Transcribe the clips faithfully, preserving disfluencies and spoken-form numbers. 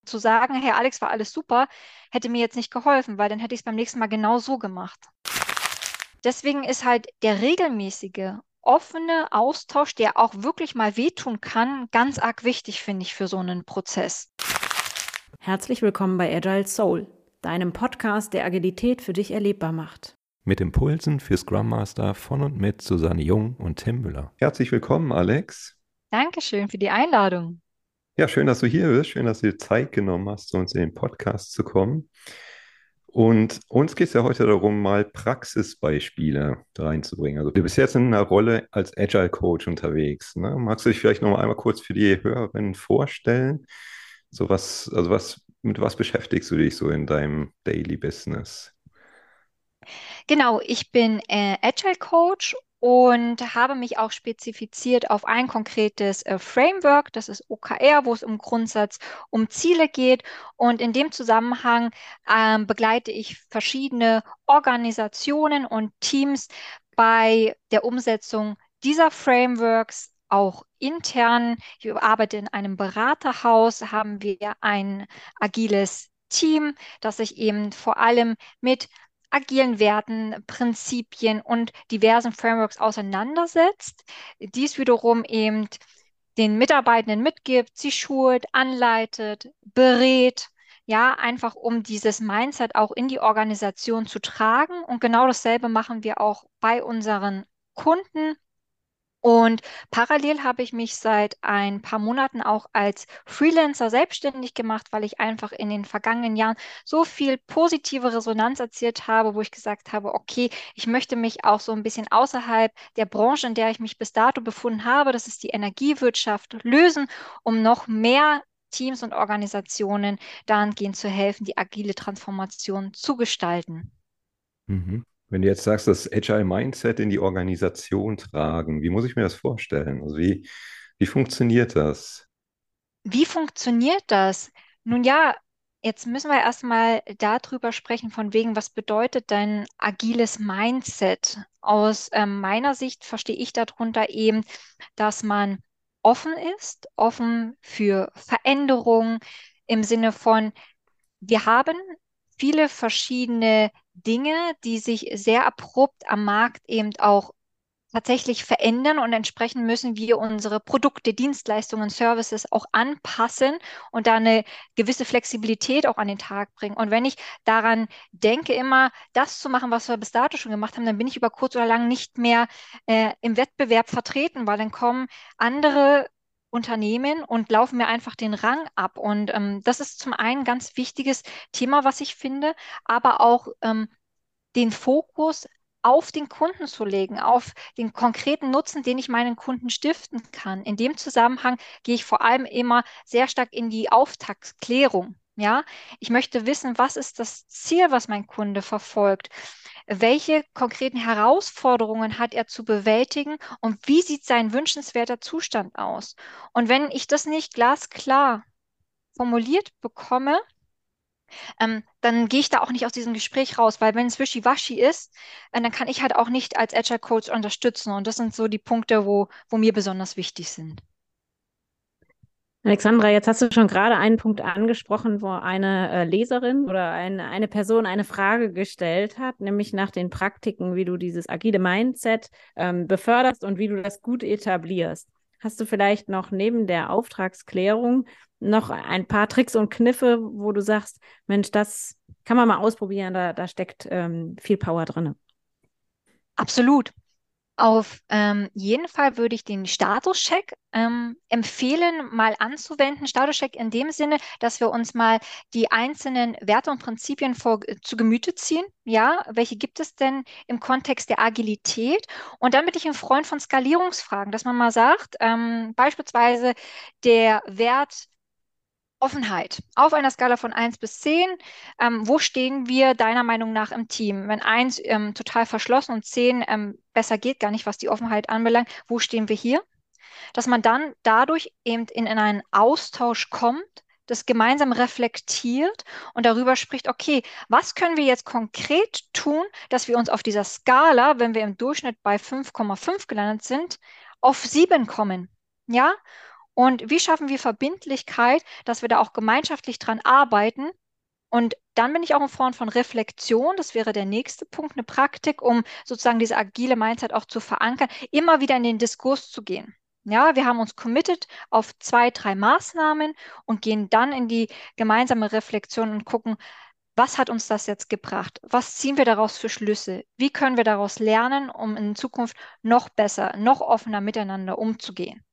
Zu sagen, hey Alex, war alles super, hätte mir jetzt nicht geholfen, weil dann hätte ich es beim nächsten Mal genau so gemacht. Deswegen ist halt der regelmäßige, offene Austausch, der auch wirklich mal wehtun kann, ganz arg wichtig, finde ich, für so einen Prozess. Herzlich willkommen bei Agile Soul, deinem Podcast, der Agilität für dich erlebbar macht. Mit Impulsen für Scrum Master von und mit Susanne Jung und Tim Müller. Herzlich willkommen, Alex. Dankeschön für die Einladung. Ja, schön, dass du hier bist. Schön, dass du dir Zeit genommen hast, zu uns in den Podcast zu kommen. Und uns geht es ja heute darum, mal Praxisbeispiele reinzubringen. Also du bist jetzt in einer Rolle als Agile Coach unterwegs. Ne? Magst du dich vielleicht noch mal einmal kurz für die Hörerinnen vorstellen? So was, also was, mit was beschäftigst du dich so in deinem Daily Business? Genau, ich bin äh, Agile Coach und habe mich auch spezifiziert auf ein konkretes äh, Framework, das ist O K R, wo es im Grundsatz um Ziele geht. Und in dem Zusammenhang ähm, begleite ich verschiedene Organisationen und Teams bei der Umsetzung dieser Frameworks. Auch intern, ich arbeite in einem Beraterhaus, haben wir ein agiles Team, das sich eben vor allem mit agilen Werten, Prinzipien und diversen Frameworks auseinandersetzt. Dies wiederum eben den Mitarbeitenden mitgibt, sie schult, anleitet, berät, ja, einfach um dieses Mindset auch in die Organisation zu tragen. Und genau dasselbe machen wir auch bei unseren Kunden. Und parallel habe ich mich seit ein paar Monaten auch als Freelancer selbstständig gemacht, weil ich einfach in den vergangenen Jahren so viel positive Resonanz erzielt habe, wo ich gesagt habe, okay, ich möchte mich auch so ein bisschen außerhalb der Branche, in der ich mich bis dato befunden habe, das ist die Energiewirtschaft, lösen, um noch mehr Teams und Organisationen dahingehend zu helfen, die agile Transformation zu gestalten. Mhm. Wenn du jetzt sagst, das Agile Mindset in die Organisation tragen, wie muss ich mir das vorstellen? Also wie, wie funktioniert das? Wie funktioniert das? Nun ja, jetzt müssen wir erstmal darüber sprechen, von wegen, was bedeutet dein agiles Mindset? Aus ähm, meiner Sicht verstehe ich darunter eben, dass man offen ist, offen für Veränderungen im Sinne von, wir haben viele verschiedene Dinge, die sich sehr abrupt am Markt eben auch tatsächlich verändern und entsprechend müssen wir unsere Produkte, Dienstleistungen, Services auch anpassen und da eine gewisse Flexibilität auch an den Tag bringen. Und wenn ich daran denke, immer das zu machen, was wir bis dato schon gemacht haben, dann bin ich über kurz oder lang nicht mehr äh, im Wettbewerb vertreten, weil dann kommen andere Unternehmen und laufen mir einfach den Rang ab. Und ähm, das ist zum einen ein ganz wichtiges Thema, was ich finde, aber auch ähm, den Fokus auf den Kunden zu legen, auf den konkreten Nutzen, den ich meinen Kunden stiften kann. In dem Zusammenhang gehe ich vor allem immer sehr stark in die Auftragsklärung. Ja, ich möchte wissen, was ist das Ziel, was mein Kunde verfolgt? Welche konkreten Herausforderungen hat er zu bewältigen und wie sieht sein wünschenswerter Zustand aus? Und wenn ich das nicht glasklar formuliert bekomme, ähm, dann gehe ich da auch nicht aus diesem Gespräch raus, weil wenn es wischiwaschi ist, äh, dann kann ich halt auch nicht als Agile Coach unterstützen. Und das sind so die Punkte, wo, wo mir besonders wichtig sind. Alexandra, jetzt hast du schon gerade einen Punkt angesprochen, wo eine äh, Leserin oder ein, eine Person eine Frage gestellt hat, nämlich nach den Praktiken, wie du dieses agile Mindset ähm, beförderst und wie du das gut etablierst. Hast du vielleicht noch neben der Auftragsklärung noch ein paar Tricks und Kniffe, wo du sagst, Mensch, das kann man mal ausprobieren, da, da steckt ähm, viel Power drin. Absolut. Auf ähm, jeden Fall würde ich den Statuscheck ähm, empfehlen, mal anzuwenden. Statuscheck in dem Sinne, dass wir uns mal die einzelnen Werte und Prinzipien vor, zu Gemüte ziehen. Ja, welche gibt es denn im Kontext der Agilität? Und dann bin ich ein Freund von Skalierungsfragen, dass man mal sagt, ähm, beispielsweise der Wert Offenheit. Auf einer Skala von eins bis zehn, ähm, wo stehen wir deiner Meinung nach im Team? Wenn eins ähm, total verschlossen und zehn ähm, besser geht gar nicht, was die Offenheit anbelangt, wo stehen wir hier? Dass man dann dadurch eben in, in einen Austausch kommt, das gemeinsam reflektiert und darüber spricht, okay, was können wir jetzt konkret tun, dass wir uns auf dieser Skala, wenn wir im Durchschnitt bei fünf Komma fünf gelandet sind, auf sieben kommen? Ja? Und wie schaffen wir Verbindlichkeit, dass wir da auch gemeinschaftlich dran arbeiten? Und dann bin ich auch ein Freund von Reflexion. Das wäre der nächste Punkt, eine Praktik, um sozusagen diese agile Mindset auch zu verankern, immer wieder in den Diskurs zu gehen. Ja, wir haben uns committed auf zwei, drei Maßnahmen und gehen dann in die gemeinsame Reflexion und gucken, was hat uns das jetzt gebracht? Was ziehen wir daraus für Schlüsse? Wie können wir daraus lernen, um in Zukunft noch besser, noch offener miteinander umzugehen?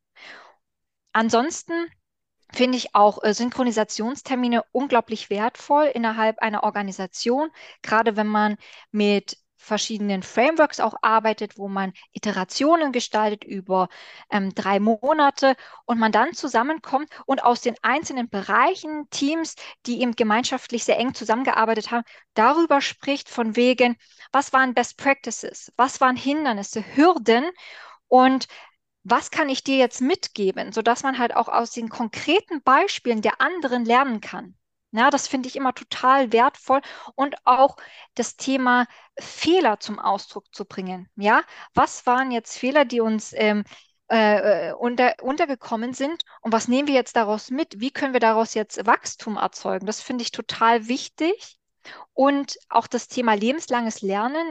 Ansonsten finde ich auch äh, Synchronisationstermine unglaublich wertvoll innerhalb einer Organisation, gerade wenn man mit verschiedenen Frameworks auch arbeitet, wo man Iterationen gestaltet über ähm, drei Monate und man dann zusammenkommt und aus den einzelnen Bereichen, Teams, die eben gemeinschaftlich sehr eng zusammengearbeitet haben, darüber spricht von wegen, was waren Best Practices, was waren Hindernisse, Hürden und was kann ich dir jetzt mitgeben, sodass man halt auch aus den konkreten Beispielen der anderen lernen kann. Ja, das finde ich immer total wertvoll und auch das Thema Fehler zum Ausdruck zu bringen. Ja, was waren jetzt Fehler, die uns ähm, äh, äh, unter, untergekommen sind und was nehmen wir jetzt daraus mit? Wie können wir daraus jetzt Wachstum erzeugen? Das finde ich total wichtig. Und auch das Thema lebenslanges Lernen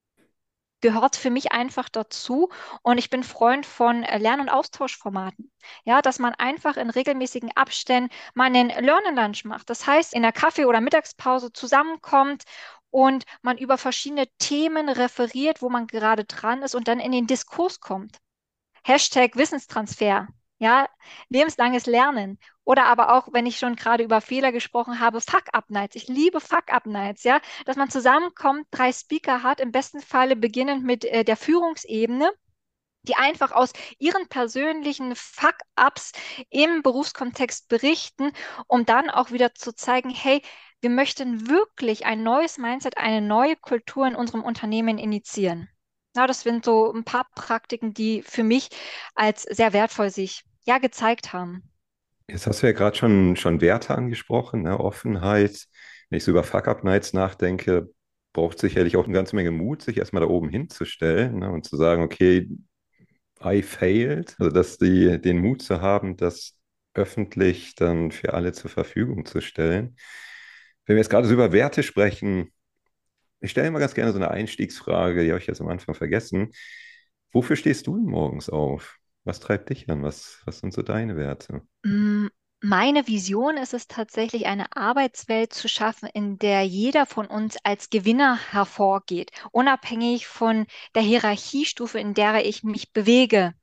gehört für mich einfach dazu. Und ich bin Freund von äh, Lern- und Austauschformaten. Ja, dass man einfach in regelmäßigen Abständen mal einen Learn and Lunch macht. Das heißt, in der Kaffee- oder Mittagspause zusammenkommt und man über verschiedene Themen referiert, wo man gerade dran ist und dann in den Diskurs kommt. Hashtag Wissenstransfer, ja, lebenslanges Lernen. Oder aber auch, wenn ich schon gerade über Fehler gesprochen habe, Fuck-Up-Nights. Ich liebe Fuck-Up-Nights, ja, dass man zusammenkommt, drei Speaker hat, im besten Falle beginnend mit äh, der Führungsebene, die einfach aus ihren persönlichen Fuck-Ups im Berufskontext berichten, um dann auch wieder zu zeigen, hey, wir möchten wirklich ein neues Mindset, eine neue Kultur in unserem Unternehmen initiieren. Ja, das sind so ein paar Praktiken, die für mich als sehr wertvoll sich ja gezeigt haben. Jetzt hast du ja gerade schon, schon Werte angesprochen, ne? Offenheit. Wenn ich so über Fuck-Up-Nights nachdenke, braucht sicherlich auch eine ganze Menge Mut, sich erstmal da oben hinzustellen, ne? Und zu sagen, okay, I failed. Also dass die den Mut zu haben, das öffentlich dann für alle zur Verfügung zu stellen. Wenn wir jetzt gerade so über Werte sprechen, ich stelle immer ganz gerne so eine Einstiegsfrage, die habe ich jetzt am Anfang vergessen. Wofür stehst du denn morgens auf? Was treibt dich an? Was, was sind so deine Werte? Mm, Meine Vision ist es tatsächlich, eine Arbeitswelt zu schaffen, in der jeder von uns als Gewinner hervorgeht, unabhängig von der Hierarchiestufe, in der ich mich bewege.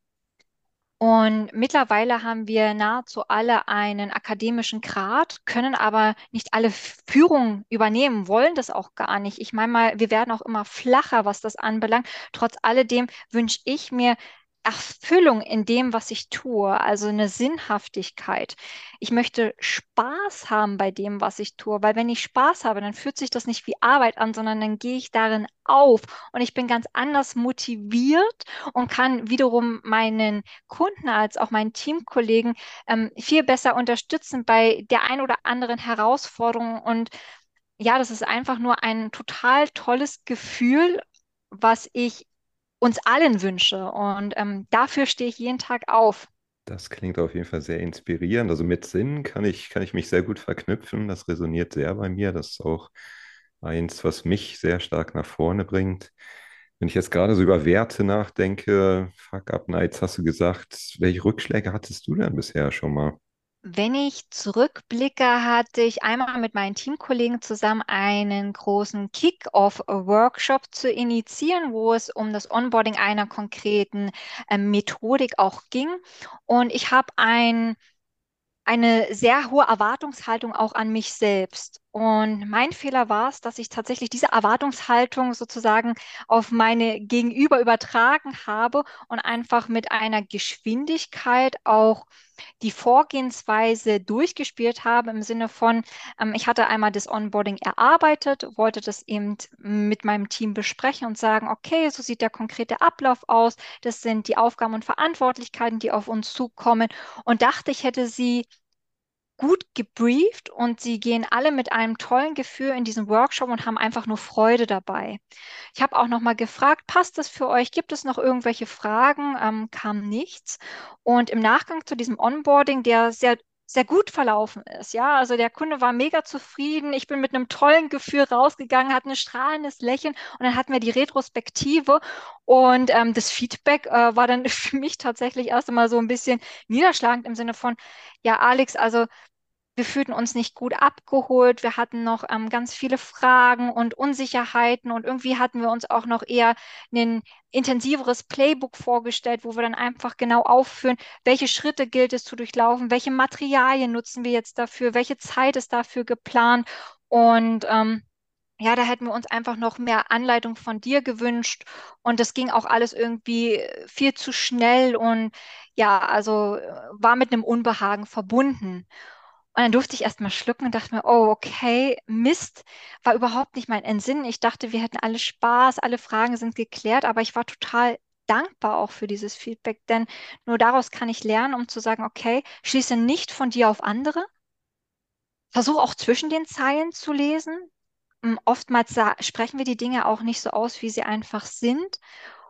Und mittlerweile haben wir nahezu alle einen akademischen Grad, können aber nicht alle Führung übernehmen, wollen das auch gar nicht. Ich meine mal, wir werden auch immer flacher, was das anbelangt. Trotz alledem wünsche ich mir Erfüllung in dem, was ich tue, also eine Sinnhaftigkeit. Ich möchte Spaß haben bei dem, was ich tue, weil wenn ich Spaß habe, dann fühlt sich das nicht wie Arbeit an, sondern dann gehe ich darin auf und ich bin ganz anders motiviert und kann wiederum meinen Kunden als auch meinen Teamkollegen ähm, viel besser unterstützen bei der ein oder anderen Herausforderung. Und ja, das ist einfach nur ein total tolles Gefühl, was ich uns allen wünsche. Und ähm, dafür stehe ich jeden Tag auf. Das klingt auf jeden Fall sehr inspirierend. Also mit Sinn kann ich, kann ich mich sehr gut verknüpfen. Das resoniert sehr bei mir. Das ist auch eins, was mich sehr stark nach vorne bringt. Wenn ich jetzt gerade so über Werte nachdenke, Fuck-Up-Nights hast du gesagt, welche Rückschläge hattest du denn bisher schon mal? Wenn ich zurückblicke, hatte ich einmal mit meinen Teamkollegen zusammen einen großen Kick-Off-Workshop zu initiieren, wo es um das Onboarding einer konkreten äh, Methodik auch ging. Und ich habe ein eine sehr hohe Erwartungshaltung auch an mich selbst. Und mein Fehler war es, dass ich tatsächlich diese Erwartungshaltung sozusagen auf meine Gegenüber übertragen habe und einfach mit einer Geschwindigkeit auch die Vorgehensweise durchgespielt habe im Sinne von, ähm, ich hatte einmal das Onboarding erarbeitet, wollte das eben mit meinem Team besprechen und sagen, okay, so sieht der konkrete Ablauf aus, das sind die Aufgaben und Verantwortlichkeiten, die auf uns zukommen und dachte, ich hätte sie gut gebrieft und sie gehen alle mit einem tollen Gefühl in diesen Workshop und haben einfach nur Freude dabei. Ich habe auch noch mal gefragt, passt das für euch? Gibt es noch irgendwelche Fragen? Ähm, kam nichts. Und im Nachgang zu diesem Onboarding, der sehr sehr gut verlaufen ist. Ja, also der Kunde war mega zufrieden. Ich bin mit einem tollen Gefühl rausgegangen, hatte ein strahlendes Lächeln und dann hatten wir die Retrospektive und ähm, das Feedback äh, war dann für mich tatsächlich erst einmal so ein bisschen niederschlagend im Sinne von, ja, Alex, also wir fühlten uns nicht gut abgeholt. Wir hatten noch ähm, ganz viele Fragen und Unsicherheiten und irgendwie hatten wir uns auch noch eher ein intensiveres Playbook vorgestellt, wo wir dann einfach genau aufführen, welche Schritte gilt es zu durchlaufen, welche Materialien nutzen wir jetzt dafür, welche Zeit ist dafür geplant und ähm, ja, da hätten wir uns einfach noch mehr Anleitung von dir gewünscht und das ging auch alles irgendwie viel zu schnell und ja, also äh, war mit einem Unbehagen verbunden. Und dann durfte ich erst mal schlucken und dachte mir, oh, okay, Mist, war überhaupt nicht mein Entsinnen. Ich dachte, wir hätten alle Spaß, alle Fragen sind geklärt, aber ich war total dankbar auch für dieses Feedback, denn nur daraus kann ich lernen, um zu sagen, okay, schließe nicht von dir auf andere, versuche auch zwischen den Zeilen zu lesen. Ähm, Oftmals sa- sprechen wir die Dinge auch nicht so aus, wie sie einfach sind.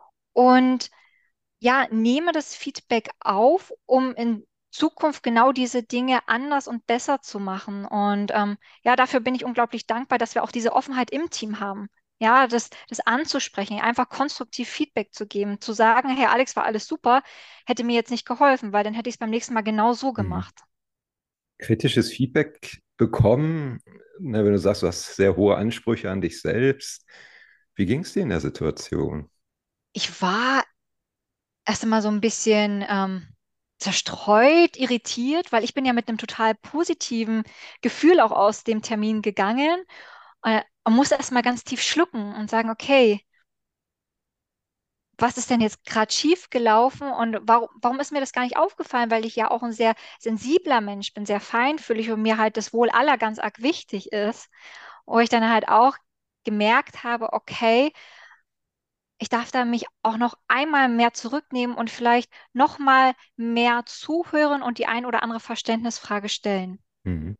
Und ja, nehme das Feedback auf, um in Zukunft genau diese Dinge anders und besser zu machen. Und ähm, ja, dafür bin ich unglaublich dankbar, dass wir auch diese Offenheit im Team haben. Ja, das, das anzusprechen, einfach konstruktiv Feedback zu geben, zu sagen, hey, Alex, war alles super, hätte mir jetzt nicht geholfen, weil dann hätte ich es beim nächsten Mal genau so Mhm. gemacht. Kritisches Feedback bekommen, na, wenn du sagst, du hast sehr hohe Ansprüche an dich selbst. Wie ging es dir in der Situation? Ich war erst einmal so ein bisschen ähm, zerstreut, irritiert, weil ich bin ja mit einem total positiven Gefühl auch aus dem Termin gegangen. Äh, man muss erst mal ganz tief schlucken und sagen, okay, was ist denn jetzt gerade schief gelaufen und warum, warum ist mir das gar nicht aufgefallen? Weil ich ja auch ein sehr sensibler Mensch bin, sehr feinfühlig und mir halt das Wohl aller ganz arg wichtig ist. Wo ich dann halt auch gemerkt habe, okay, ich darf da mich auch noch einmal mehr zurücknehmen und vielleicht noch mal mehr zuhören und die ein oder andere Verständnisfrage stellen. Mhm.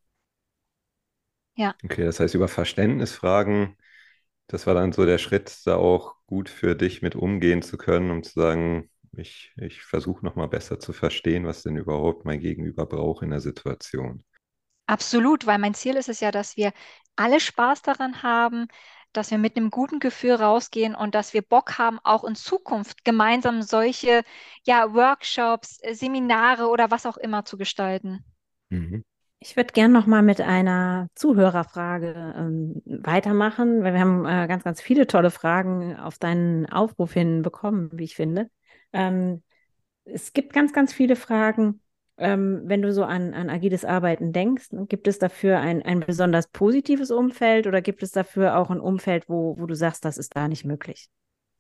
Ja, Okay, das heißt, über Verständnisfragen, das war dann so der Schritt, da auch gut für dich mit umgehen zu können, um zu sagen, ich, ich versuche nochmal besser zu verstehen, was denn überhaupt mein Gegenüber braucht in der Situation. absolut, weil mein Ziel ist es ja, dass wir alle Spaß daran haben, dass wir mit einem guten Gefühl rausgehen und dass wir Bock haben, auch in Zukunft gemeinsam solche, ja, Workshops, äh, Seminare oder was auch immer zu gestalten. Mhm. Ich würde gern noch mal mit einer Zuhörerfrage ähm, weitermachen, weil wir haben äh, ganz, ganz viele tolle Fragen auf deinen Aufruf hin bekommen, wie ich finde. Ähm, Es gibt ganz, ganz viele Fragen. Ähm, wenn du so an, an agiles Arbeiten denkst, gibt es dafür ein, ein besonders positives Umfeld oder gibt es dafür auch ein Umfeld, wo, wo du sagst, das ist da nicht möglich?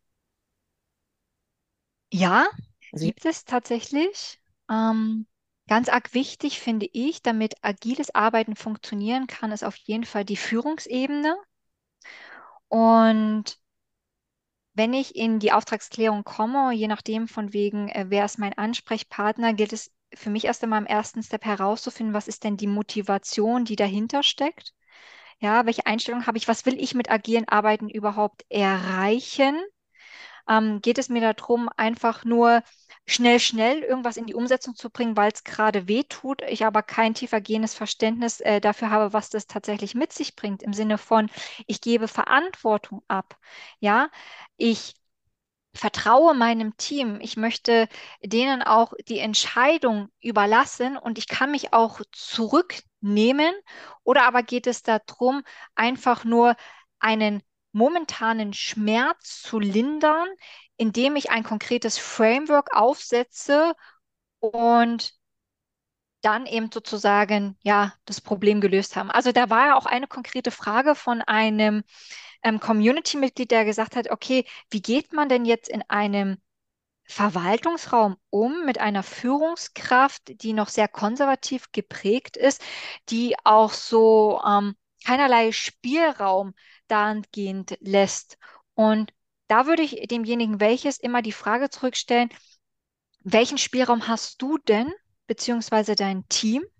Ja, Also ich, gibt es tatsächlich. Ähm, ganz arg wichtig finde ich, damit agiles Arbeiten funktionieren kann, ist auf jeden Fall die Führungsebene. Und wenn ich in die Auftragsklärung komme, je nachdem von wegen, äh, wer ist mein Ansprechpartner, gilt es für mich erst einmal im ersten Step herauszufinden, was ist denn die Motivation, die dahinter steckt. Ja, welche Einstellung habe ich? Was will ich mit agilen Arbeiten überhaupt erreichen? Ähm, geht es mir darum, einfach nur schnell, schnell irgendwas in die Umsetzung zu bringen, weil es gerade weh tut, ich aber kein tiefergehendes Verständnis äh, dafür habe, was das tatsächlich mit sich bringt, im Sinne von, ich gebe Verantwortung ab. Ja, ich vertraue meinem Team. Ich möchte denen auch die Entscheidung überlassen und ich kann mich auch zurücknehmen. Oder aber geht es darum, einfach nur einen momentanen Schmerz zu lindern, indem ich ein konkretes Framework aufsetze und dann eben sozusagen ja das Problem gelöst haben. Also da war ja auch eine konkrete Frage von einem ähm, Community-Mitglied, der gesagt hat, okay, wie geht man denn jetzt in einem Verwaltungsraum um mit einer Führungskraft, die noch sehr konservativ geprägt ist, die auch so ähm, keinerlei Spielraum dahingehend lässt. Und da würde ich demjenigen welches immer die Frage zurückstellen, welchen Spielraum hast du denn, beziehungsweise dein Team?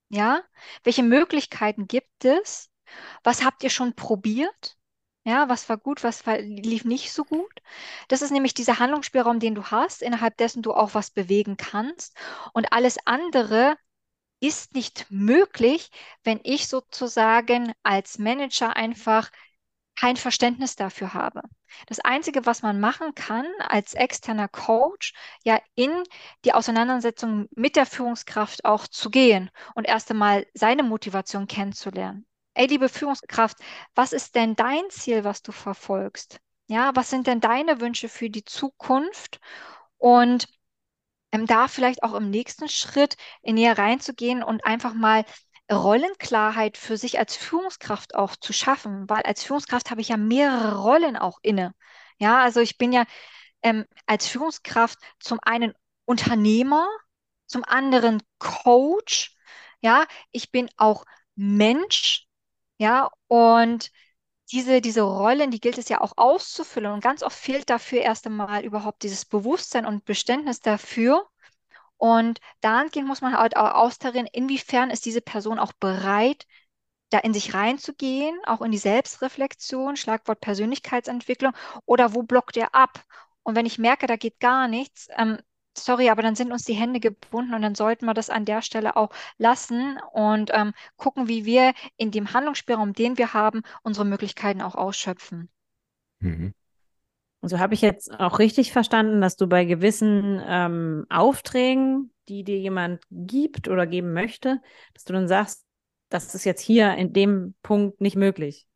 Ja, welche Möglichkeiten gibt es? Was habt ihr schon probiert? Ja, was war gut, was war, lief nicht so gut? Das ist nämlich dieser Handlungsspielraum, den du hast, innerhalb dessen du auch was bewegen kannst. Und alles andere ist nicht möglich, wenn ich sozusagen als Manager einfach kein Verständnis dafür habe. Das Einzige, was man machen kann als externer Coach, ja in die Auseinandersetzung mit der Führungskraft auch zu gehen und erst einmal seine Motivation kennenzulernen. Ey, liebe Führungskraft, was ist denn dein Ziel, was du verfolgst? Ja, was sind denn deine Wünsche für die Zukunft? Und ähm, da vielleicht auch im nächsten Schritt in näher reinzugehen und einfach mal Rollenklarheit für sich als Führungskraft auch zu schaffen, weil als Führungskraft habe ich ja mehrere Rollen auch inne. Ja, also ich bin ja ähm, als Führungskraft zum einen Unternehmer, zum anderen Coach, ja, ich bin auch Mensch, ja, und diese, diese Rollen, die gilt es ja auch auszufüllen. Und ganz oft fehlt dafür erst einmal überhaupt dieses Bewusstsein und Verständnis dafür. Und dahingehend muss man halt auch austarieren, inwiefern ist diese Person auch bereit, da in sich reinzugehen, auch in die Selbstreflexion, Schlagwort Persönlichkeitsentwicklung, oder wo blockt er ab? Und wenn ich merke, da geht gar nichts, ähm, sorry, aber dann sind uns die Hände gebunden und dann sollten wir das an der Stelle auch lassen und ähm, gucken, wie wir in dem Handlungsspielraum, den wir haben, unsere Möglichkeiten auch ausschöpfen. Mhm. Also habe ich jetzt auch richtig verstanden, dass du bei gewissen ähm, Aufträgen, die dir jemand gibt oder geben möchte, dass du dann sagst, das ist jetzt hier in dem Punkt nicht möglich.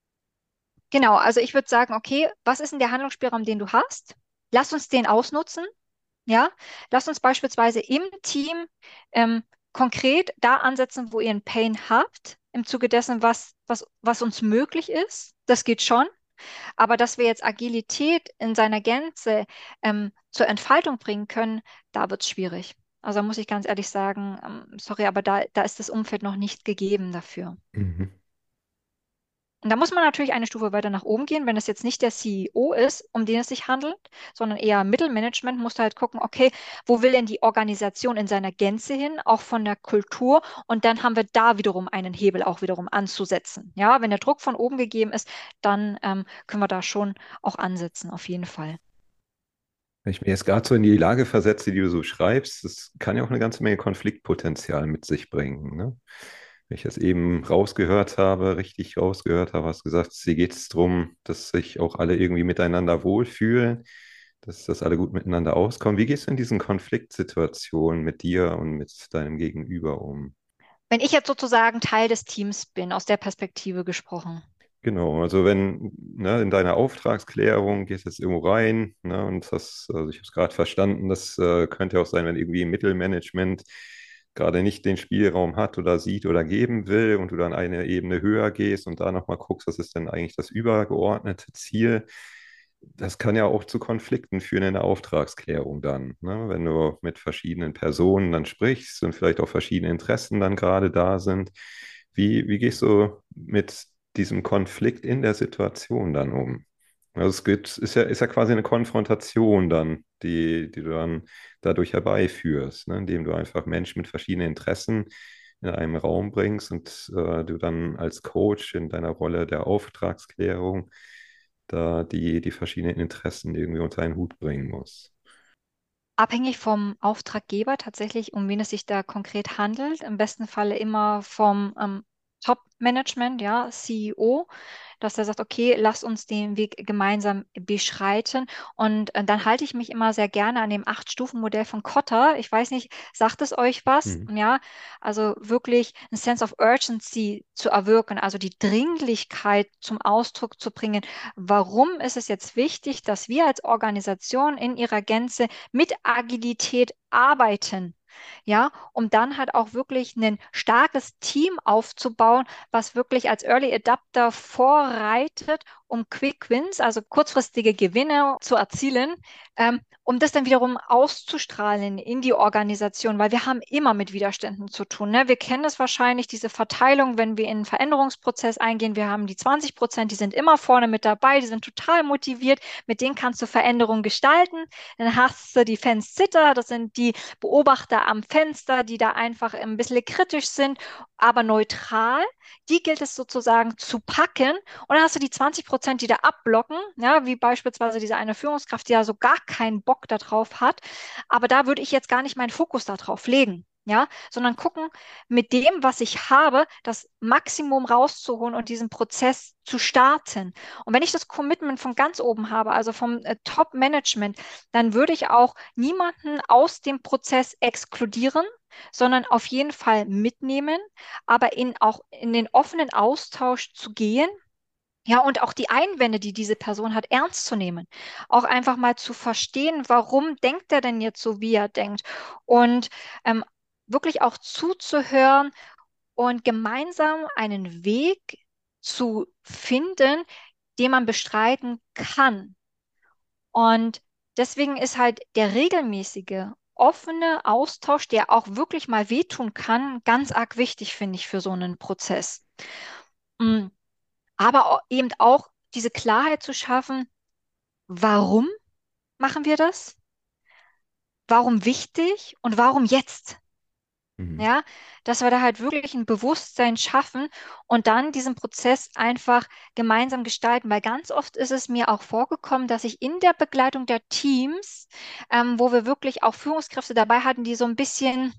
Genau, also ich würde sagen, okay, was ist denn der Handlungsspielraum, den du hast? Lass uns den ausnutzen. Ja, lasst uns beispielsweise im Team ähm, konkret da ansetzen, wo ihr einen Pain habt, im Zuge dessen, was, was, was uns möglich ist. Das geht schon. Aber dass wir jetzt Agilität in seiner Gänze ähm, zur Entfaltung bringen können, da wird es schwierig. Also muss ich ganz ehrlich sagen, ähm, sorry, aber da, da ist das Umfeld noch nicht gegeben dafür. Mhm. Und da muss man natürlich eine Stufe weiter nach oben gehen, wenn es jetzt nicht der C E O ist, um den es sich handelt, sondern eher Mittelmanagement, musst du halt gucken, okay, wo will denn die Organisation in seiner Gänze hin, auch von der Kultur? Und dann haben wir da wiederum einen Hebel auch wiederum anzusetzen. Ja, wenn der Druck von oben gegeben ist, dann ähm, können wir da schon auch ansetzen, auf jeden Fall. Wenn ich mir jetzt gerade so in die Lage versetze, die du so schreibst, das kann ja auch eine ganze Menge Konfliktpotenzial mit sich bringen. Ne? Wenn ich das eben rausgehört habe, richtig rausgehört habe, hast du gesagt, hier geht es darum, dass sich auch alle irgendwie miteinander wohlfühlen, dass, dass alle gut miteinander auskommen. Wie gehst du in diesen Konfliktsituationen mit dir und mit deinem Gegenüber um? Wenn ich jetzt sozusagen Teil des Teams bin, aus der Perspektive gesprochen. Genau, also wenn, ne, in deiner Auftragsklärung gehst du jetzt irgendwo rein, ne, und hast, also ich habe es gerade verstanden, das äh, könnte auch sein, wenn irgendwie im Mittelmanagement gerade nicht den Spielraum hat oder sieht oder geben will und du dann eine Ebene höher gehst und da nochmal guckst, was ist denn eigentlich das übergeordnete Ziel. Das kann ja auch zu Konflikten führen in der Auftragsklärung dann, ne? Wenn du mit verschiedenen Personen dann sprichst und vielleicht auch verschiedene Interessen dann gerade da sind. Wie, wie gehst du mit diesem Konflikt in der Situation dann um? Also es gibt, ist ja, ist ja quasi eine Konfrontation dann, die, die du dann dadurch herbeiführst, ne? Indem du einfach Menschen mit verschiedenen Interessen in einem Raum bringst und äh, du dann als Coach in deiner Rolle der Auftragsklärung da die, die verschiedenen Interessen irgendwie unter einen Hut bringen musst. Abhängig vom Auftraggeber tatsächlich, um wen es sich da konkret handelt. Im besten Falle immer vom ähm, Top-Management, ja, C E O, dass er sagt, okay, lass uns den Weg gemeinsam beschreiten. Und äh, dann halte ich mich immer sehr gerne an dem Acht-Stufen-Modell von Kotter. Ich weiß nicht, sagt es euch was? Mhm. Ja, also wirklich ein Sense of Urgency zu erwirken, also die Dringlichkeit zum Ausdruck zu bringen. Warum ist es jetzt wichtig, dass wir als Organisation in ihrer Gänze mit Agilität arbeiten? Ja, um dann halt auch wirklich ein starkes Team aufzubauen, was wirklich als Early Adapter vorreitet, um Quick Wins, also kurzfristige Gewinne zu erzielen, ähm, um das dann wiederum auszustrahlen in die Organisation, weil wir haben immer mit Widerständen zu tun. Ne? Wir kennen es wahrscheinlich, diese Verteilung, wenn wir in einen Veränderungsprozess eingehen. Wir haben die zwanzig Prozent, die sind immer vorne mit dabei, die sind total motiviert, mit denen kannst du Veränderungen gestalten. Dann hast du die Fence-Sitter, das sind die Beobachter am Fenster, die da einfach ein bisschen kritisch sind, aber neutral. Die gilt es sozusagen zu packen. Und dann hast du die zwanzig Prozent, die da abblocken, ja, wie beispielsweise diese eine Führungskraft, die ja so gar keinen Bock darauf hat. Aber da würde ich jetzt gar nicht meinen Fokus darauf legen, ja, sondern gucken, mit dem, was ich habe, das Maximum rauszuholen und diesen Prozess zu starten. Und wenn ich das Commitment von ganz oben habe, also vom äh, Top-Management, dann würde ich auch niemanden aus dem Prozess exkludieren, sondern auf jeden Fall mitnehmen, aber in, auch in den offenen Austausch zu gehen. Ja, und auch die Einwände, die diese Person hat, ernst zu nehmen. Auch einfach mal zu verstehen, warum denkt er denn jetzt so, wie er denkt. Und ähm, wirklich auch zuzuhören und gemeinsam einen Weg zu finden, den man bestreiten kann. Und deswegen ist halt der regelmäßige, offene Austausch, der auch wirklich mal wehtun kann, ganz arg wichtig, finde ich, für so einen Prozess. Mm, Aber au- eben auch diese Klarheit zu schaffen, warum machen wir das? Warum wichtig und warum jetzt? Mhm. Ja, dass wir da halt wirklich ein Bewusstsein schaffen und dann diesen Prozess einfach gemeinsam gestalten. Weil ganz oft ist es mir auch vorgekommen, dass ich in der Begleitung der Teams, ähm, wo wir wirklich auch Führungskräfte dabei hatten, die so ein bisschen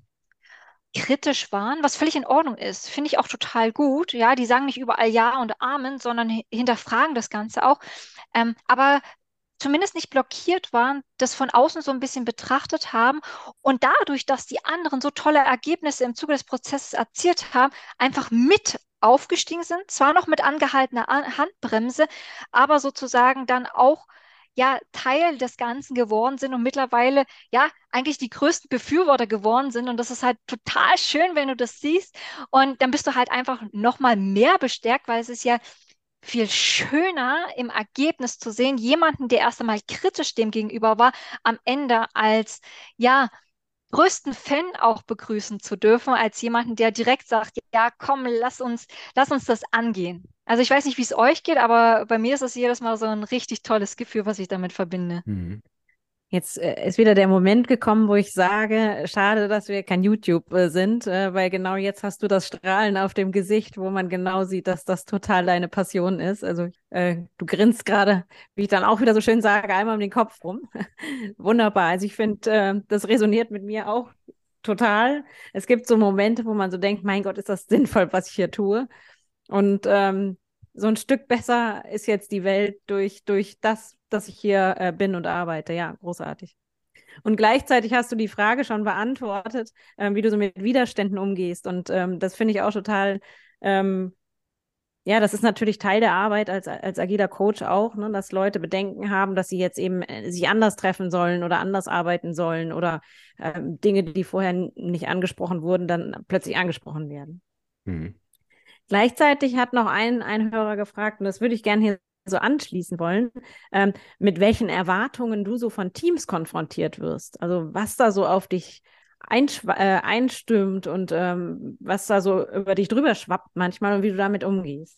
kritisch waren, was völlig in Ordnung ist, finde ich auch total gut. Ja, die sagen nicht überall Ja und Amen, sondern hi- hinterfragen das Ganze auch. Ähm, aber zumindest nicht blockiert waren, das von außen so ein bisschen betrachtet haben und dadurch, dass die anderen so tolle Ergebnisse im Zuge des Prozesses erzielt haben, einfach mit aufgestiegen sind, zwar noch mit angehaltener An- Handbremse, aber sozusagen dann auch ja Teil des Ganzen geworden sind und mittlerweile ja eigentlich die größten Befürworter geworden sind. Und das ist halt total schön, wenn du das siehst. Und dann bist du halt einfach noch mal mehr bestärkt, weil es ist ja viel schöner im Ergebnis zu sehen, jemanden, der erst einmal kritisch dem gegenüber war, am Ende als ja größten Fan auch begrüßen zu dürfen, als jemanden, der direkt sagt, ja, komm, lass uns, lass uns das angehen. Also ich weiß nicht, wie es euch geht, aber bei mir ist es jedes Mal so ein richtig tolles Gefühl, was ich damit verbinde. Mhm. Jetzt äh, ist wieder der Moment gekommen, wo ich sage, schade, dass wir kein YouTube äh, sind, äh, weil genau jetzt hast du das Strahlen auf dem Gesicht, wo man genau sieht, dass das total deine Passion ist. Also äh, du grinst gerade, wie ich dann auch wieder so schön sage, einmal um den Kopf rum. Wunderbar. Also ich finde, äh, das resoniert mit mir auch total. Es gibt so Momente, wo man so denkt, mein Gott, ist das sinnvoll, was ich hier tue? Und ähm, so ein Stück besser ist jetzt die Welt durch, durch das, dass ich hier äh, bin und arbeite. Ja, großartig. Und gleichzeitig hast du die Frage schon beantwortet, ähm, wie du so mit Widerständen umgehst. Und ähm, das finde ich auch total, ähm, ja, das ist natürlich Teil der Arbeit als, als agiler Coach auch, ne, dass Leute Bedenken haben, dass sie jetzt eben äh, sich anders treffen sollen oder anders arbeiten sollen oder ähm, Dinge, die vorher n- nicht angesprochen wurden, dann plötzlich angesprochen werden. Mhm. Gleichzeitig hat noch ein, ein Hörer gefragt, und das würde ich gerne hier so anschließen wollen, ähm, mit welchen Erwartungen du so von Teams konfrontiert wirst. Also was da so auf dich einschw- äh, einstimmt und ähm, was da so über dich drüber schwappt manchmal und wie du damit umgehst.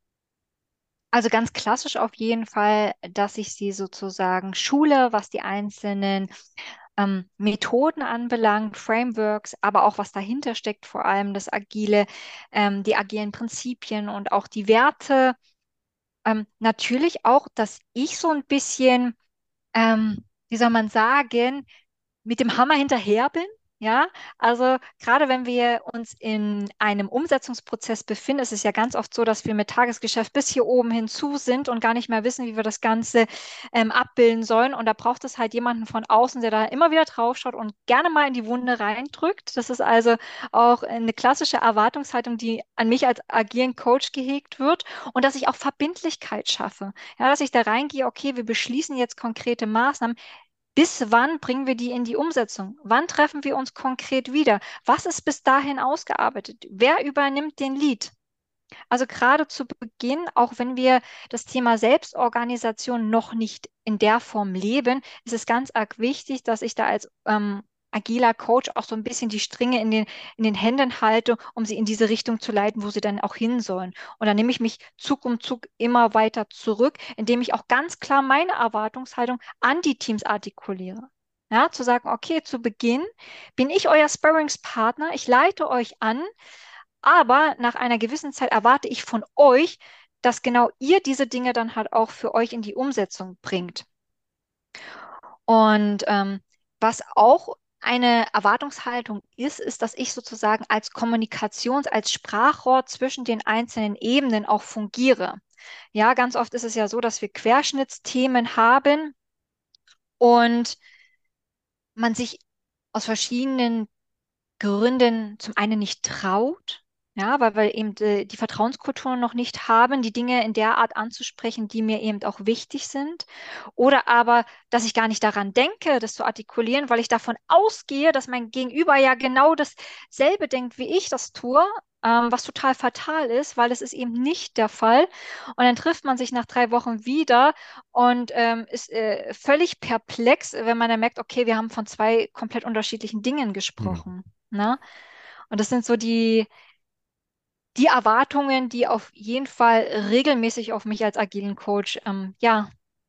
Also ganz klassisch auf jeden Fall, dass ich sie sozusagen schule, was die einzelnen ähm, Methoden anbelangt, Frameworks, aber auch was dahinter steckt, vor allem das Agile, ähm, die agilen Prinzipien und auch die Werte. Ähm, natürlich auch, dass ich so ein bisschen, ähm, wie soll man sagen, mit dem Hammer hinterher bin. Ja, also gerade wenn wir uns in einem Umsetzungsprozess befinden, ist es ja ganz oft so, dass wir mit Tagesgeschäft bis hier oben hinzu sind und gar nicht mehr wissen, wie wir das Ganze ähm, abbilden sollen. Und da braucht es halt jemanden von außen, der da immer wieder draufschaut und gerne mal in die Wunde reindrückt. Das ist also auch eine klassische Erwartungshaltung, die an mich als agilen Coach gehegt wird und dass ich auch Verbindlichkeit schaffe. Ja, dass ich da reingehe, okay, wir beschließen jetzt konkrete Maßnahmen. Bis wann bringen wir die in die Umsetzung? Wann treffen wir uns konkret wieder? Was ist bis dahin ausgearbeitet? Wer übernimmt den Lead? Also gerade zu Beginn, auch wenn wir das Thema Selbstorganisation noch nicht in der Form leben, ist es ganz arg wichtig, dass ich da als ähm, agiler Coach auch so ein bisschen die Stränge in den, in den Händen halte, um sie in diese Richtung zu leiten, wo sie dann auch hin sollen. Und dann nehme ich mich Zug um Zug immer weiter zurück, indem ich auch ganz klar meine Erwartungshaltung an die Teams artikuliere. Ja, zu sagen, okay, zu Beginn bin ich euer Sparringspartner, ich leite euch an, aber nach einer gewissen Zeit erwarte ich von euch, dass genau ihr diese Dinge dann halt auch für euch in die Umsetzung bringt. Und ähm, was auch eine Erwartungshaltung ist, ist, dass ich sozusagen als Kommunikations-, als Sprachrohr zwischen den einzelnen Ebenen auch fungiere. Ja, ganz oft ist es ja so, dass wir Querschnittsthemen haben und man sich aus verschiedenen Gründen zum einen nicht traut, ja, weil wir eben die, die Vertrauenskultur noch nicht haben, die Dinge in der Art anzusprechen, die mir eben auch wichtig sind. Oder aber, dass ich gar nicht daran denke, das zu artikulieren, weil ich davon ausgehe, dass mein Gegenüber ja genau dasselbe denkt, wie ich das tue. Ähm, was total fatal ist, weil es ist eben nicht der Fall. Und dann trifft man sich nach drei Wochen wieder und ähm, ist äh, völlig perplex, wenn man dann merkt, okay, wir haben von zwei komplett unterschiedlichen Dingen Hm. gesprochen. Ne? Und das sind so die, die Erwartungen, die auf jeden Fall regelmäßig auf mich als agilen Coach ähm, ja,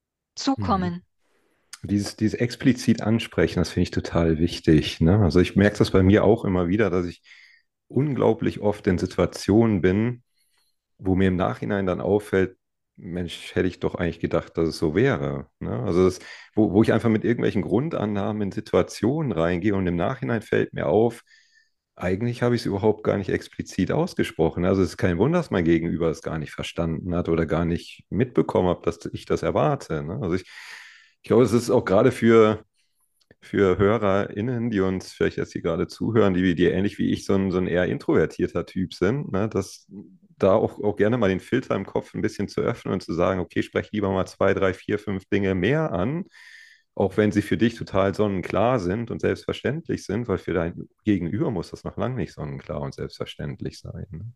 Mhm. zukommen. Dieses, dieses explizit ansprechen, das finde ich total wichtig. Ne? Also ich merke das bei mir auch immer wieder, dass ich unglaublich oft in Situationen bin, wo mir im Nachhinein dann auffällt, Mensch, hätte ich doch eigentlich gedacht, dass es so wäre. Ne? Also das, wo, wo ich einfach mit irgendwelchen Grundannahmen in Situationen reingehe und im Nachhinein fällt mir auf, eigentlich habe ich es überhaupt gar nicht explizit ausgesprochen. Also es ist kein Wunder, dass mein Gegenüber es gar nicht verstanden hat oder gar nicht mitbekommen hat, dass ich das erwarte. Ne? Also ich, ich glaube, es ist auch gerade für für HörerInnen, die uns vielleicht jetzt hier gerade zuhören, die, die ähnlich wie ich so ein, so ein eher introvertierter Typ sind, ne, dass da auch, auch gerne mal den Filter im Kopf ein bisschen zu öffnen und zu sagen, okay, sprech lieber mal zwei, drei, vier, fünf Dinge mehr an, auch wenn sie für dich total sonnenklar sind und selbstverständlich sind, weil für dein Gegenüber muss das noch lange nicht sonnenklar und selbstverständlich sein. Ne?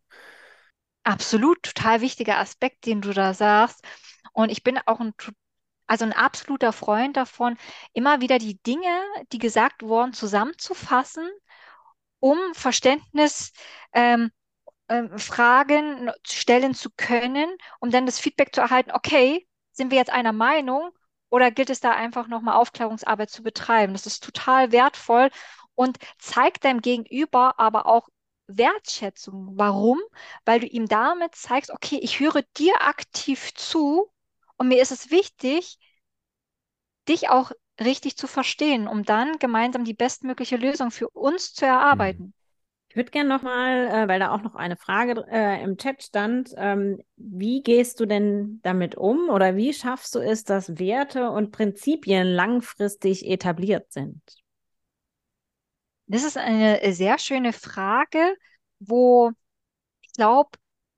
Absolut, total wichtiger Aspekt, den du da sagst. Und ich bin auch ein, to- also ein absoluter Freund davon, immer wieder die Dinge, die gesagt wurden, zusammenzufassen, um Verständnis ähm, ähm, Fragen stellen zu können, um dann das Feedback zu erhalten, okay, sind wir jetzt einer Meinung oder gilt es da einfach nochmal Aufklärungsarbeit zu betreiben? Das ist total wertvoll und zeigt deinem Gegenüber aber auch Wertschätzung. Warum? Weil du ihm damit zeigst, okay, ich höre dir aktiv zu und mir ist es wichtig, dich auch richtig zu verstehen, um dann gemeinsam die bestmögliche Lösung für uns zu Hm. erarbeiten. Ich würde gerne nochmal, äh, weil da auch noch eine Frage äh, im Chat stand, ähm, wie gehst du denn damit um oder wie schaffst du es, dass Werte und Prinzipien langfristig etabliert sind? Das ist eine sehr schöne Frage, wo ich glaube,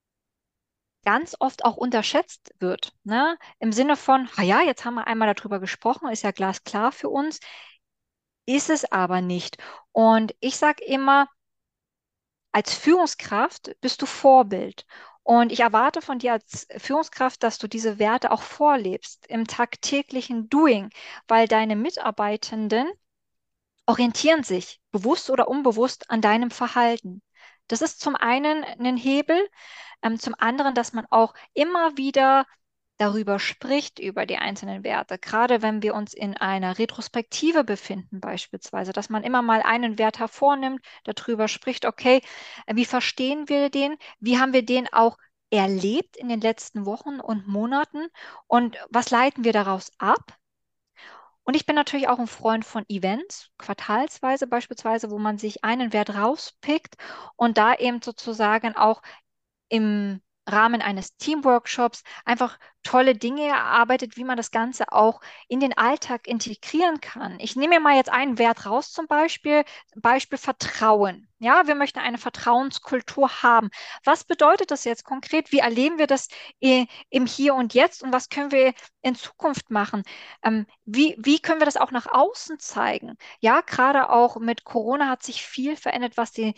ganz oft auch unterschätzt wird. Ne? Im Sinne von, ah ja, jetzt haben wir einmal darüber gesprochen, ist ja glasklar für uns, ist es aber nicht. Und ich sage immer, als Führungskraft bist du Vorbild. Und ich erwarte von dir als Führungskraft, dass du diese Werte auch vorlebst im tagtäglichen Doing, weil deine Mitarbeitenden orientieren sich bewusst oder unbewusst an deinem Verhalten. Das ist zum einen ein Hebel, ähm, zum anderen, dass man auch immer wieder darüber spricht, über die einzelnen Werte. Gerade wenn wir uns in einer Retrospektive befinden, beispielsweise, dass man immer mal einen Wert hervornimmt, darüber spricht, okay, äh, wie verstehen wir den? Wie haben wir den auch erlebt in den letzten Wochen und Monaten? Und was leiten wir daraus ab? Und ich bin natürlich auch ein Freund von Events, quartalsweise beispielsweise, wo man sich einen Wert rauspickt und da eben sozusagen auch im Rahmen eines Teamworkshops einfach tolle Dinge erarbeitet, wie man das Ganze auch in den Alltag integrieren kann. Ich nehme mir mal jetzt einen Wert raus, zum Beispiel, Beispiel Vertrauen. Ja, wir möchten eine Vertrauenskultur haben. Was bedeutet das jetzt konkret? Wie erleben wir das i- im Hier und Jetzt und was können wir in Zukunft machen? Ähm, wie, wie können wir das auch nach außen zeigen? Ja, gerade auch mit Corona hat sich viel verändert, was die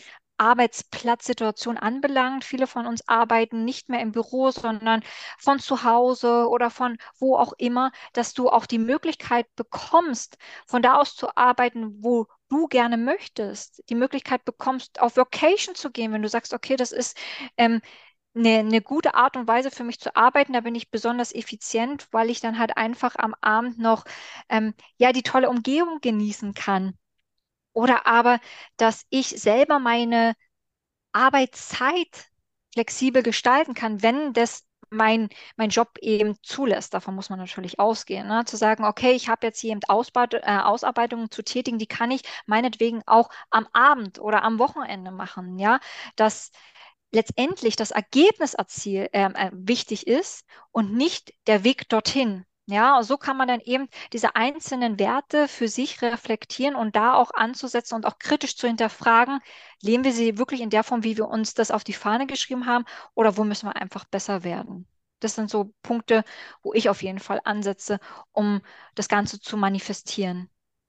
Arbeitsplatzsituation anbelangt. Viele von uns arbeiten nicht mehr im Büro, sondern von zu Hause oder von wo auch immer, dass du auch die Möglichkeit bekommst, von da aus zu arbeiten, wo du gerne möchtest, die Möglichkeit bekommst, auf Vacation zu gehen, wenn du sagst, okay, das ist ähm, eine, eine gute Art und Weise für mich zu arbeiten, da bin ich besonders effizient, weil ich dann halt einfach am Abend noch ähm, ja die tolle Umgebung genießen kann. Oder aber, dass ich selber meine Arbeitszeit flexibel gestalten kann, wenn das mein, mein Job eben zulässt. Davon muss man natürlich ausgehen. Ne? Zu sagen, okay, ich habe jetzt hier eben Ausbart äh, Ausarbeitungen zu tätigen, die kann ich meinetwegen auch am Abend oder am Wochenende machen. Ja, dass letztendlich das Ergebnis erziel, ähm, äh, wichtig ist und nicht der Weg dorthin. Ja, so kann man dann eben diese einzelnen Werte für sich reflektieren und da auch anzusetzen und auch kritisch zu hinterfragen, leben wir sie wirklich in der Form, wie wir uns das auf die Fahne geschrieben haben, oder wo müssen wir einfach besser werden? Das sind so Punkte, wo ich auf jeden Fall ansetze, um das Ganze zu manifestieren.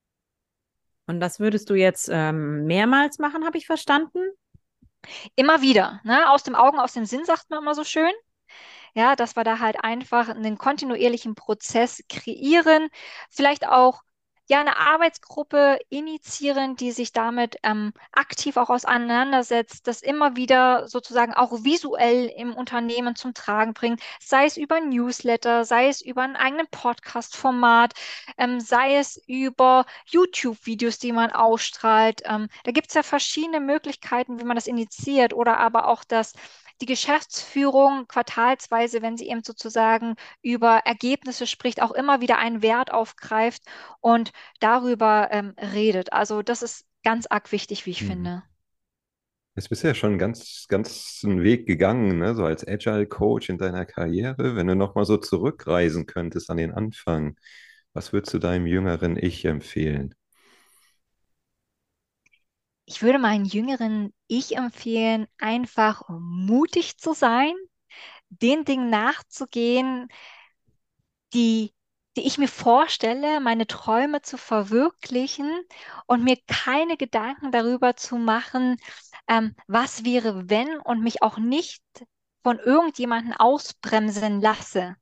Und das würdest du jetzt ähm, mehrmals machen, habe ich verstanden? Immer wieder, ne? Aus dem Augen, aus dem Sinn, sagt man immer so schön. Ja, dass wir da halt einfach einen kontinuierlichen Prozess kreieren, vielleicht auch ja eine Arbeitsgruppe initiieren, die sich damit ähm, aktiv auch auseinandersetzt, das immer wieder sozusagen auch visuell im Unternehmen zum Tragen bringt, sei es über Newsletter, sei es über einen eigenen Podcast-Format, ähm, sei es über YouTube-Videos, die man ausstrahlt. Ähm, da gibt es ja verschiedene Möglichkeiten, wie man das initiiert, oder aber auch das die Geschäftsführung quartalsweise, wenn sie eben sozusagen über Ergebnisse spricht, auch immer wieder einen Wert aufgreift und darüber ähm, redet. Also das ist ganz arg wichtig, wie ich Mhm. finde. Jetzt bist du ja schon ganz, ganz einen Weg gegangen, ne? So als Agile Coach in deiner Karriere. Wenn du nochmal so zurückreisen könntest an den Anfang, was würdest du deinem jüngeren Ich empfehlen? Ich würde meinen jüngeren Ich empfehlen, einfach mutig zu sein, den Dingen nachzugehen, die, die ich mir vorstelle, meine Träume zu verwirklichen und mir keine Gedanken darüber zu machen, ähm, was wäre, wenn, und mich auch nicht von irgendjemandem ausbremsen lasse.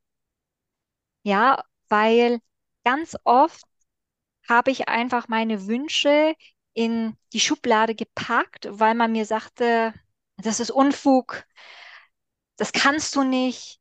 Ja, weil ganz oft habe ich einfach meine Wünsche in die Schublade gepackt, weil man mir sagte, das ist Unfug, das kannst du nicht.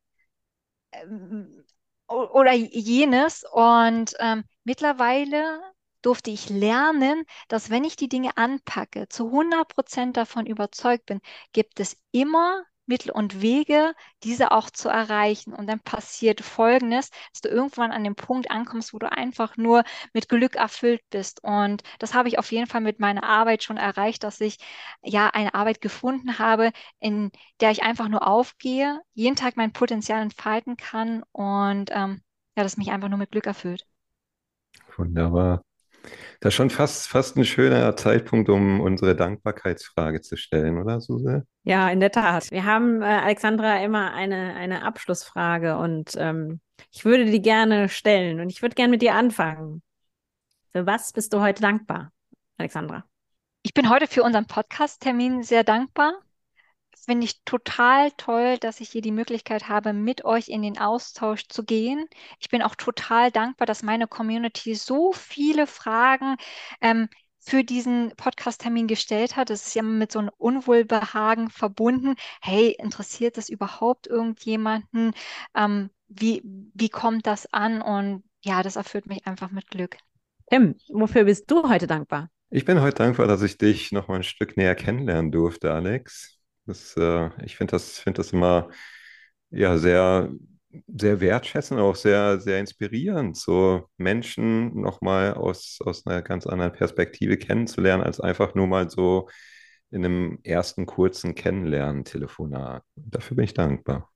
ähm, o- oder jenes. Und ähm, mittlerweile durfte ich lernen, dass wenn ich die Dinge anpacke, zu hundert Prozent davon überzeugt bin, gibt es immer Mittel und Wege, diese auch zu erreichen. Und dann passiert Folgendes, dass du irgendwann an dem Punkt ankommst, wo du einfach nur mit Glück erfüllt bist. Und das habe ich auf jeden Fall mit meiner Arbeit schon erreicht, dass ich ja eine Arbeit gefunden habe, in der ich einfach nur aufgehe, jeden Tag mein Potenzial entfalten kann und ähm, ja, das mich einfach nur mit Glück erfüllt. Wunderbar. Das ist schon fast, fast ein schöner Zeitpunkt, um unsere Dankbarkeitsfrage zu stellen, oder, Suse? Ja, in der Tat. Wir haben, äh, Alexandra, immer eine, eine Abschlussfrage und ähm, ich würde die gerne stellen und ich würde gerne mit dir anfangen. Für was bist du heute dankbar, Alexandra? Ich bin heute für unseren Podcast-Termin sehr dankbar. Finde ich total toll, dass ich hier die Möglichkeit habe, mit euch in den Austausch zu gehen. Ich bin auch total dankbar, dass meine Community so viele Fragen ähm, für diesen Podcast-Termin gestellt hat. Das ist ja mit so einem Unwohlbehagen verbunden. Hey, interessiert das überhaupt irgendjemanden? Ähm, wie, wie kommt das an? Und ja, das erfüllt mich einfach mit Glück. Tim, wofür bist du heute dankbar? Ich bin heute dankbar, dass ich dich noch mal ein Stück näher kennenlernen durfte, Alex. Das, äh, ich finde das, finde das immer ja, sehr, sehr wertschätzend, auch sehr, sehr inspirierend, so Menschen nochmal aus, aus einer ganz anderen Perspektive kennenzulernen, als einfach nur mal so in einem ersten kurzen Kennenlernen-Telefonat. Dafür bin ich dankbar.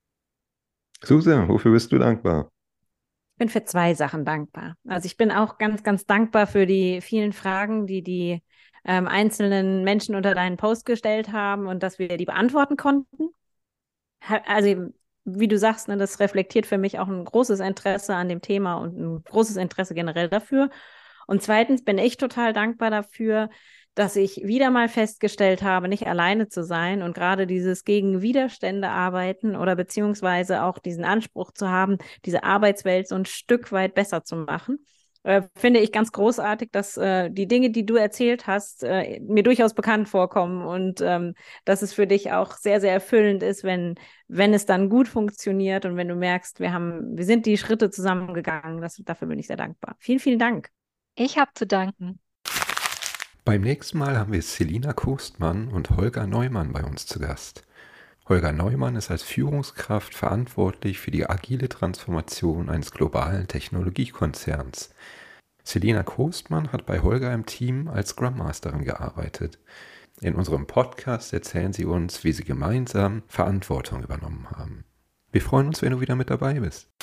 Suse, wofür bist du dankbar? Ich bin für zwei Sachen dankbar. Also ich bin auch ganz, ganz dankbar für die vielen Fragen, die die ähm, einzelnen Menschen unter deinen Post gestellt haben und dass wir die beantworten konnten. Ha- Also wie du sagst, ne, das reflektiert für mich auch ein großes Interesse an dem Thema und ein großes Interesse generell dafür. Und zweitens bin ich total dankbar dafür, dass ich wieder mal festgestellt habe, nicht alleine zu sein und gerade dieses gegen Widerstände arbeiten oder beziehungsweise auch diesen Anspruch zu haben, diese Arbeitswelt so ein Stück weit besser zu machen. Äh, finde ich ganz großartig, dass äh, die Dinge, die du erzählt hast, äh, mir durchaus bekannt vorkommen und ähm, dass es für dich auch sehr, sehr erfüllend ist, wenn, wenn es dann gut funktioniert und wenn du merkst, wir haben, wir sind die Schritte zusammengegangen. Das, dafür bin ich sehr dankbar. Vielen, vielen Dank. Ich habe zu danken. Beim nächsten Mal haben wir Selina Kostmann und Holger Neumann bei uns zu Gast. Holger Neumann ist als Führungskraft verantwortlich für die agile Transformation eines globalen Technologiekonzerns. Selina Kostmann hat bei Holger im Team als Scrum Masterin gearbeitet. In unserem Podcast erzählen sie uns, wie sie gemeinsam Verantwortung übernommen haben. Wir freuen uns, wenn du wieder mit dabei bist.